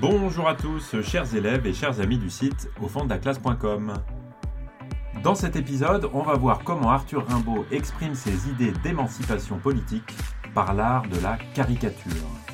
Bonjour à tous, chers élèves et chers amis du site aufonddelaclasse.com. Dans cet épisode, on va voir comment Arthur Rimbaud exprime ses idées d'émancipation politique par l'art de la caricature.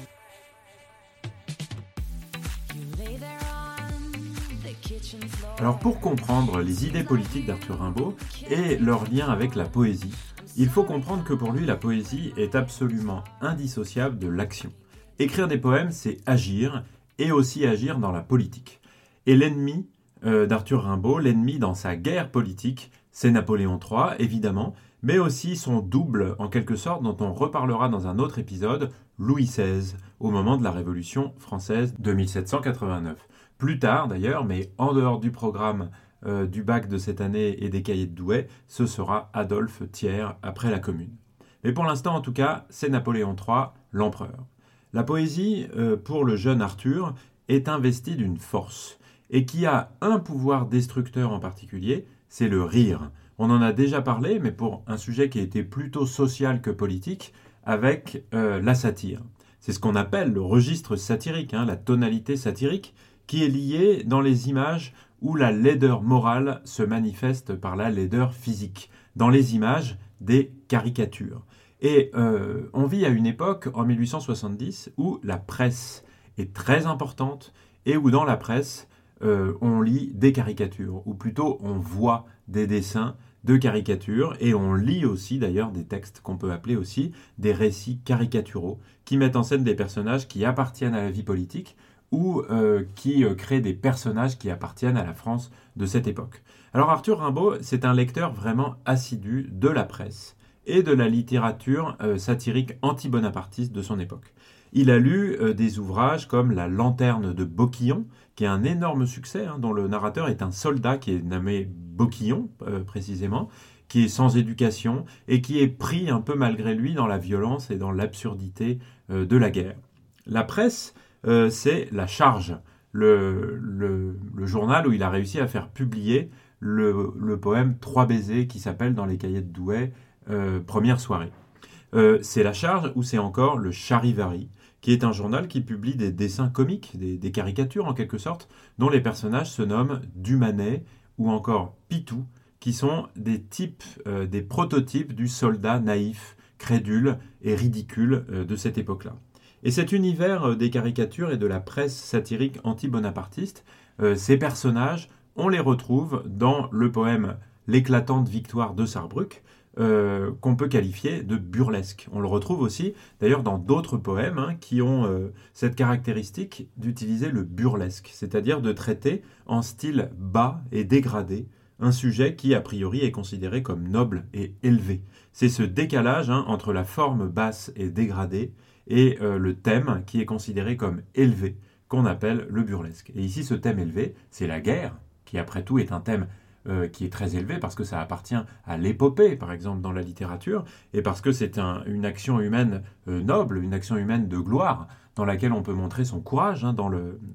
Alors pour comprendre les idées politiques d'Arthur Rimbaud et leur lien avec la poésie, il faut comprendre que pour lui la poésie est absolument indissociable de l'action. Écrire des poèmes, c'est agir, et aussi agir dans la politique. Et l'ennemi d'Arthur Rimbaud, l'ennemi dans sa guerre politique, c'est Napoléon III, évidemment, mais aussi son double, en quelque sorte, dont on reparlera dans un autre épisode, Louis XVI, au moment de la Révolution française de 1789. Plus tard, d'ailleurs, mais en dehors du programme du bac de cette année et des cahiers de Douai, ce sera Adolphe Thiers après la Commune. Mais pour l'instant, en tout cas, c'est Napoléon III, l'empereur. La poésie, pour le jeune Arthur, est investie d'une force, et qui a un pouvoir destructeur en particulier, c'est le rire. On en a déjà parlé, mais pour un sujet qui a été plutôt social que politique, avec la satire. C'est ce qu'on appelle le registre satirique, la tonalité satirique, qui est liée dans les images où la laideur morale se manifeste par la laideur physique, dans les images des caricatures. Et on vit à une époque, en 1870, où la presse est très importante et où dans la presse, on lit des caricatures, ou plutôt on voit des dessins de caricatures, et on lit aussi d'ailleurs des textes qu'on peut appeler aussi des récits caricaturaux, qui mettent en scène des personnages qui appartiennent à la vie politique, ou qui créent des personnages qui appartiennent à la France de cette époque. Alors Arthur Rimbaud, c'est un lecteur vraiment assidu de la presse, et de la littérature satirique anti-bonapartiste de son époque. Il a lu des ouvrages comme La Lanterne de Boquillon, qui est un énorme succès, dont le narrateur est un soldat qui est nommé Boquillon, précisément, qui est sans éducation et qui est pris un peu malgré lui dans la violence et dans l'absurdité de la guerre. La presse, c'est La Charge, le journal où il a réussi à faire publier le poème Trois baisers qui s'appelle dans les cahiers de Douai Première soirée. C'est La Charge ou c'est encore le Charivari, qui est un journal qui publie des dessins comiques, des caricatures en quelque sorte, dont les personnages se nomment Dumanet ou encore Pitou, qui sont des types, des prototypes du soldat naïf, crédule et ridicule de cette époque-là. Et cet univers des caricatures et de la presse satirique anti-bonapartiste, ces personnages, on les retrouve dans le poème L'éclatante victoire de Sarrebruck, qu'on peut qualifier de burlesque. On le retrouve aussi d'ailleurs dans d'autres poèmes qui ont cette caractéristique d'utiliser le burlesque, c'est-à-dire de traiter en style bas et dégradé un sujet qui a priori est considéré comme noble et élevé. C'est ce décalage entre la forme basse et dégradée et le thème qui est considéré comme élevé qu'on appelle le burlesque. Et ici ce thème élevé, c'est la guerre, qui après tout est un thème qui est très élevé parce que ça appartient à l'épopée, par exemple, dans la littérature, et parce que c'est une action humaine noble, une action humaine de gloire, dans laquelle on peut montrer son courage, dans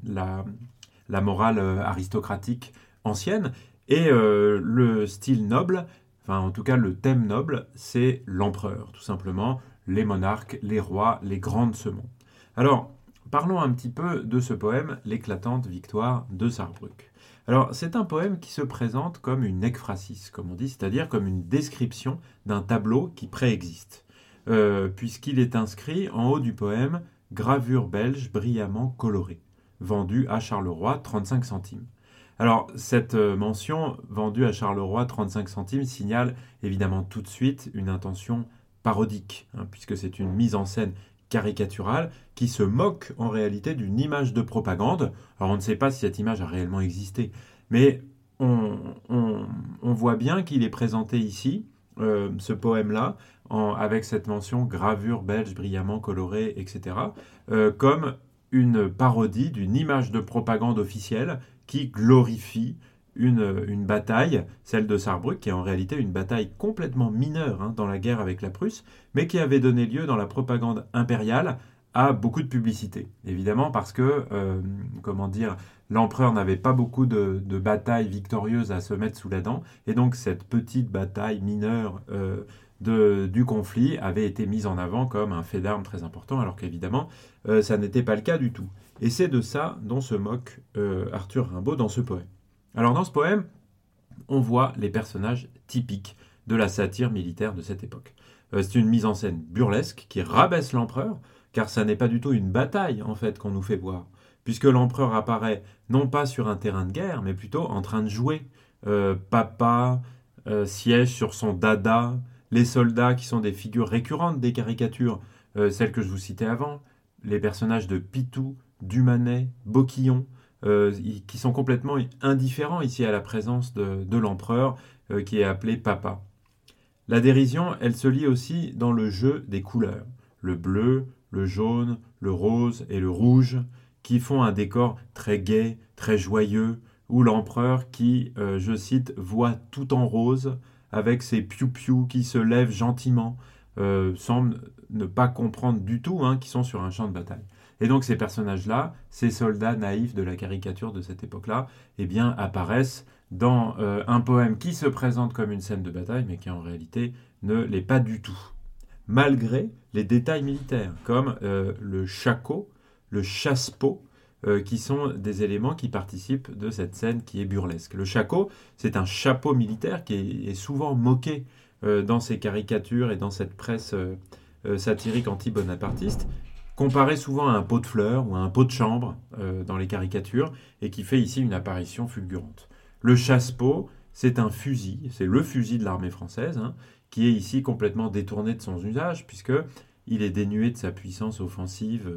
la morale aristocratique ancienne. Et le style noble, enfin en tout cas le thème noble, c'est l'empereur, tout simplement, les monarques, les rois, les grands de ce monde. Alors, parlons un petit peu de ce poème, L'éclatante victoire de Sarrebruck. Alors, c'est un poème qui se présente comme une ekphrasis, comme on dit, c'est-à-dire comme une description d'un tableau qui préexiste, puisqu'il est inscrit en haut du poème « Gravure belge brillamment colorée », vendue à Charleroi 35 centimes. Alors, cette mention vendue à Charleroi 35 centimes signale évidemment tout de suite une intention parodique, puisque c'est une mise en scène caricaturale qui se moque en réalité d'une image de propagande. Alors on ne sait pas si cette image a réellement existé, mais on voit bien qu'il est présenté ici, ce poème-là, avec cette mention gravure belge brillamment colorée, etc., comme une parodie d'une image de propagande officielle qui glorifie une bataille, celle de Sarrebruck, qui est en réalité une bataille complètement mineure dans la guerre avec la Prusse, mais qui avait donné lieu dans la propagande impériale à beaucoup de publicité. Évidemment parce que, l'empereur n'avait pas beaucoup de batailles victorieuses à se mettre sous la dent, et donc cette petite bataille mineure du conflit avait été mise en avant comme un fait d'armes très important, alors qu'évidemment, ça n'était pas le cas du tout. Et c'est de ça dont se moque Arthur Rimbaud dans ce poème. Alors dans ce poème, on voit les personnages typiques de la satire militaire de cette époque. C'est une mise en scène burlesque qui rabaisse l'empereur, car ça n'est pas du tout une bataille en fait qu'on nous fait voir, puisque l'empereur apparaît non pas sur un terrain de guerre, mais plutôt en train de jouer. Papa siège sur son dada, les soldats qui sont des figures récurrentes des caricatures, celles que je vous citais avant, les personnages de Pitou, Dumanet, Boquillon, qui sont complètement indifférents ici à la présence de l'empereur qui est appelé papa. La dérision, elle se lit aussi dans le jeu des couleurs, le bleu, le jaune, le rose et le rouge, qui font un décor très gai, très joyeux, où l'empereur qui, je cite, voit tout en rose, avec ses piou-piou qui se lèvent gentiment, semble ne pas comprendre du tout qu'ils sont sur un champ de bataille. Et donc ces personnages-là, ces soldats naïfs de la caricature de cette époque-là, eh bien, apparaissent dans un poème qui se présente comme une scène de bataille, mais qui en réalité ne l'est pas du tout. Malgré les détails militaires, comme le shako, le chasse-peau, qui sont des éléments qui participent de cette scène qui est burlesque. Le shako, c'est un chapeau militaire qui est souvent moqué dans ces caricatures et dans cette presse satirique anti-bonapartiste, comparé souvent à un pot de fleurs ou à un pot de chambre dans les caricatures, et qui fait ici une apparition fulgurante. Le chasse-peau, c'est un fusil, c'est le fusil de l'armée française, qui est ici complètement détourné de son usage, puisqu'il est dénué de sa puissance offensive,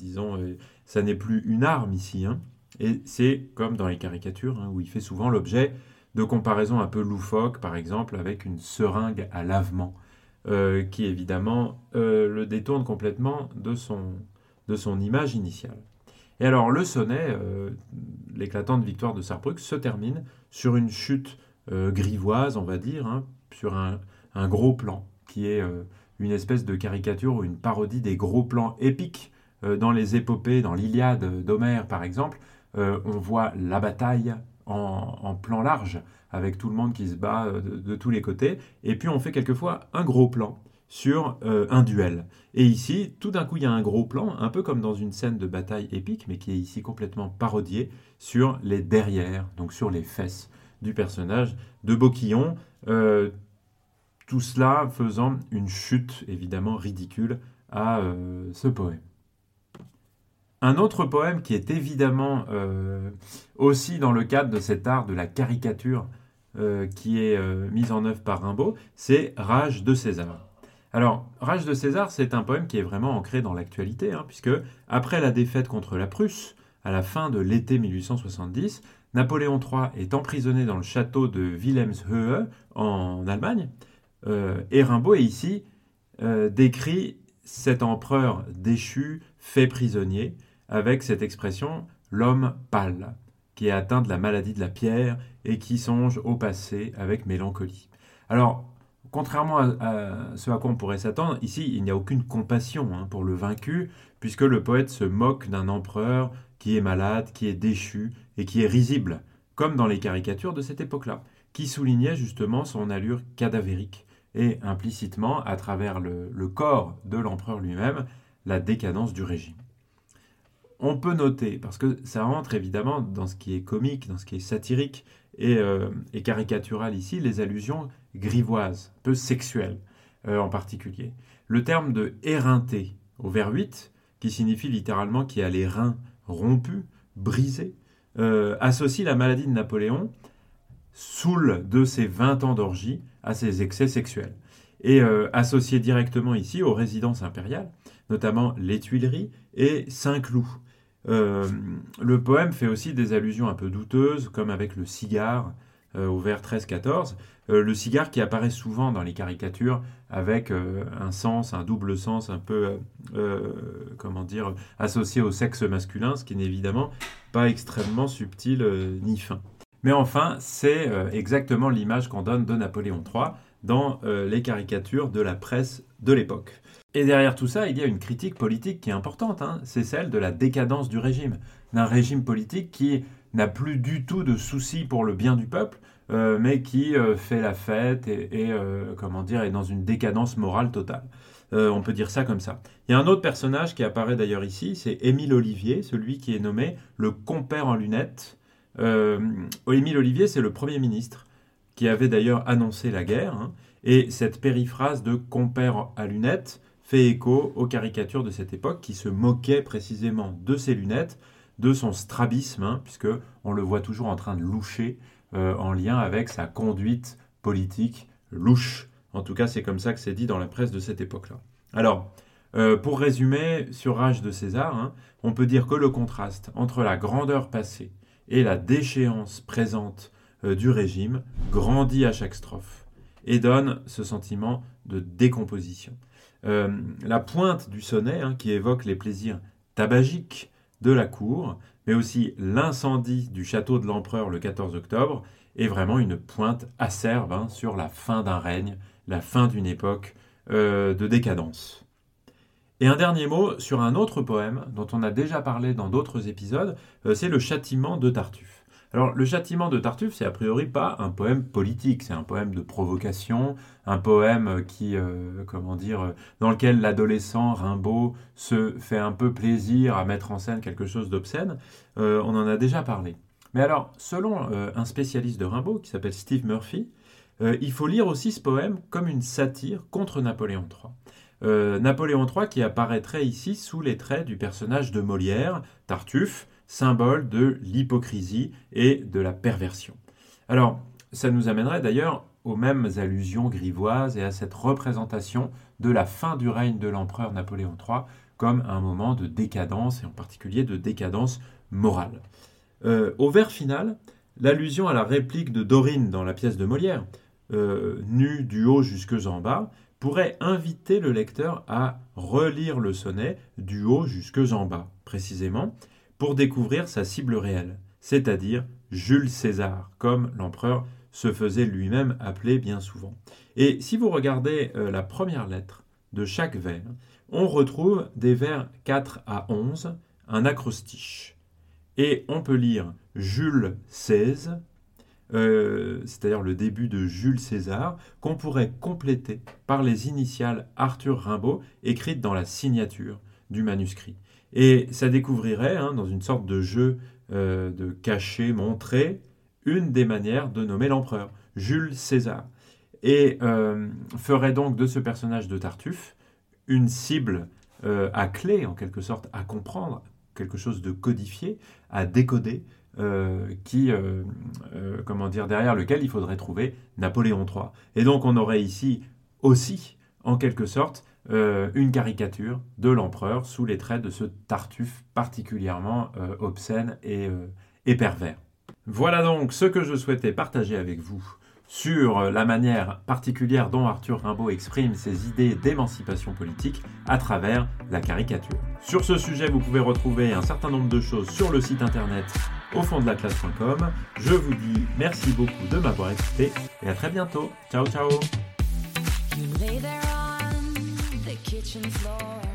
ça n'est plus une arme ici. Et c'est comme dans les caricatures, où il fait souvent l'objet de comparaisons un peu loufoques, par exemple avec une seringue à lavement, qui évidemment le détourne complètement de son image initiale. Et alors le sonnet, l'éclatante victoire de Sarrebruck, se termine sur une chute grivoise, on va dire, sur un gros plan, qui est une espèce de caricature ou une parodie des gros plans épiques dans les épopées, dans l'Iliade d'Homère par exemple. On voit la bataille en plan large, avec tout le monde qui se bat de tous les côtés, et puis on fait quelquefois un gros plan sur un duel. Et ici, tout d'un coup, il y a un gros plan, un peu comme dans une scène de bataille épique, mais qui est ici complètement parodié sur les derrières, donc sur les fesses du personnage de Boquillon, tout cela faisant une chute évidemment ridicule à ce poème. Un autre poème qui est évidemment aussi dans le cadre de cet art de la caricature qui est mis en œuvre par Rimbaud, c'est Rage de César. Alors, Rage de César, c'est un poème qui est vraiment ancré dans l'actualité, puisque après la défaite contre la Prusse, à la fin de l'été 1870, Napoléon III est emprisonné dans le château de Wilhelmshöhe en Allemagne, et Rimbaud est ici décrit cet empereur déchu, fait prisonnier, avec cette expression « l'homme pâle », qui est atteint de la maladie de la pierre et qui songe au passé avec mélancolie. Alors, contrairement à ce à quoi on pourrait s'attendre, ici, il n'y a aucune compassion pour le vaincu, puisque le poète se moque d'un empereur qui est malade, qui est déchu et qui est risible, comme dans les caricatures de cette époque-là, qui soulignait justement son allure cadavérique et implicitement, à travers le corps de l'empereur lui-même, la décadence du régime. On peut noter, parce que ça rentre évidemment dans ce qui est comique, dans ce qui est satirique et caricatural ici, les allusions grivoises, peu sexuelles en particulier. Le terme de éreinté au vers 8, qui signifie littéralement qui a les reins rompus, brisés, associe la maladie de Napoléon, saoule de ses 20 ans d'orgie, à ses excès sexuels. Et associé directement ici aux résidences impériales, notamment les Tuileries et Saint-Cloud. Le poème fait aussi des allusions un peu douteuses, comme avec le cigare au vers 13-14. Le cigare qui apparaît souvent dans les caricatures avec un double sens un peu, associé au sexe masculin, ce qui n'est évidemment pas extrêmement subtil ni fin. Mais enfin, c'est exactement l'image qu'on donne de Napoléon III dans les caricatures de la presse de l'époque. Et derrière tout ça, il y a une critique politique qui est importante, c'est celle de la décadence du régime, d'un régime politique qui n'a plus du tout de souci pour le bien du peuple, mais qui fait la fête et est dans une décadence morale totale. On peut dire ça comme ça. Il y a un autre personnage qui apparaît d'ailleurs ici, c'est Émile Ollivier, celui qui est nommé le compère en lunettes. Émile Ollivier, c'est le Premier ministre qui avait d'ailleurs annoncé la guerre, hein, et cette périphrase de compère à lunettes fait écho aux caricatures de cette époque qui se moquaient précisément de ses lunettes, de son strabisme, hein, puisque on le voit toujours en train de loucher en lien avec sa conduite politique louche. En tout cas, c'est comme ça que c'est dit dans la presse de cette époque-là. Alors, pour résumer, sur Rage de César, hein, on peut dire que le contraste entre la grandeur passée et la déchéance présente du régime grandit à chaque strophe et donne ce sentiment de décomposition. La pointe du sonnet, hein, qui évoque les plaisirs tabagiques de la cour, mais aussi l'incendie du château de l'empereur le 14 octobre, est vraiment une pointe acerbe, hein, sur la fin d'un règne, la fin d'une époque de décadence. Et un dernier mot sur un autre poème dont on a déjà parlé dans d'autres épisodes, c'est le Châtiment de Tartuffe. Alors le Châtiment de Tartuffe, c'est a priori pas un poème politique, c'est un poème de provocation, un poème qui, dans lequel l'adolescent Rimbaud se fait un peu plaisir à mettre en scène quelque chose d'obscène. On en a déjà parlé. Mais alors, selon un spécialiste de Rimbaud qui s'appelle Steve Murphy, il faut lire aussi ce poème comme une satire contre Napoléon III. Napoléon III qui apparaîtrait ici sous les traits du personnage de Molière, Tartuffe, symbole de l'hypocrisie et de la perversion. Alors, ça nous amènerait d'ailleurs aux mêmes allusions grivoises et à cette représentation de la fin du règne de l'empereur Napoléon III comme un moment de décadence, et en particulier de décadence morale. Au vers final, l'allusion à la réplique de Dorine dans la pièce de Molière, nue du haut jusque en bas, pourrait inviter le lecteur à relire le sonnet du haut jusque en bas, précisément, pour découvrir sa cible réelle, c'est-à-dire Jules César, comme l'empereur se faisait lui-même appeler bien souvent. Et si vous regardez la première lettre de chaque vers, on retrouve des vers 4 à 11, un acrostiche. Et on peut lire Jules XVI, c'est-à-dire le début de Jules César, qu'on pourrait compléter par les initiales Arthur Rimbaud écrites dans la signature du manuscrit. Et ça découvrirait, hein, dans une sorte de jeu de cacher, montrer, une des manières de nommer l'empereur, Jules César. Et ferait donc de ce personnage de Tartuffe une cible à clé, en quelque sorte, à comprendre, quelque chose de codifié, à décoder, derrière lequel il faudrait trouver Napoléon III. Et donc on aurait ici aussi, en quelque sorte, une caricature de l'empereur sous les traits de ce Tartuffe particulièrement obscène et pervers. Voilà donc ce que je souhaitais partager avec vous sur la manière particulière dont Arthur Rimbaud exprime ses idées d'émancipation politique à travers la caricature. Sur ce sujet, vous pouvez retrouver un certain nombre de choses sur le site internet aufonddelaclasse.com. Je vous dis merci beaucoup de m'avoir écouté et à très bientôt. Ciao, ciao. You lay there on the kitchen floor.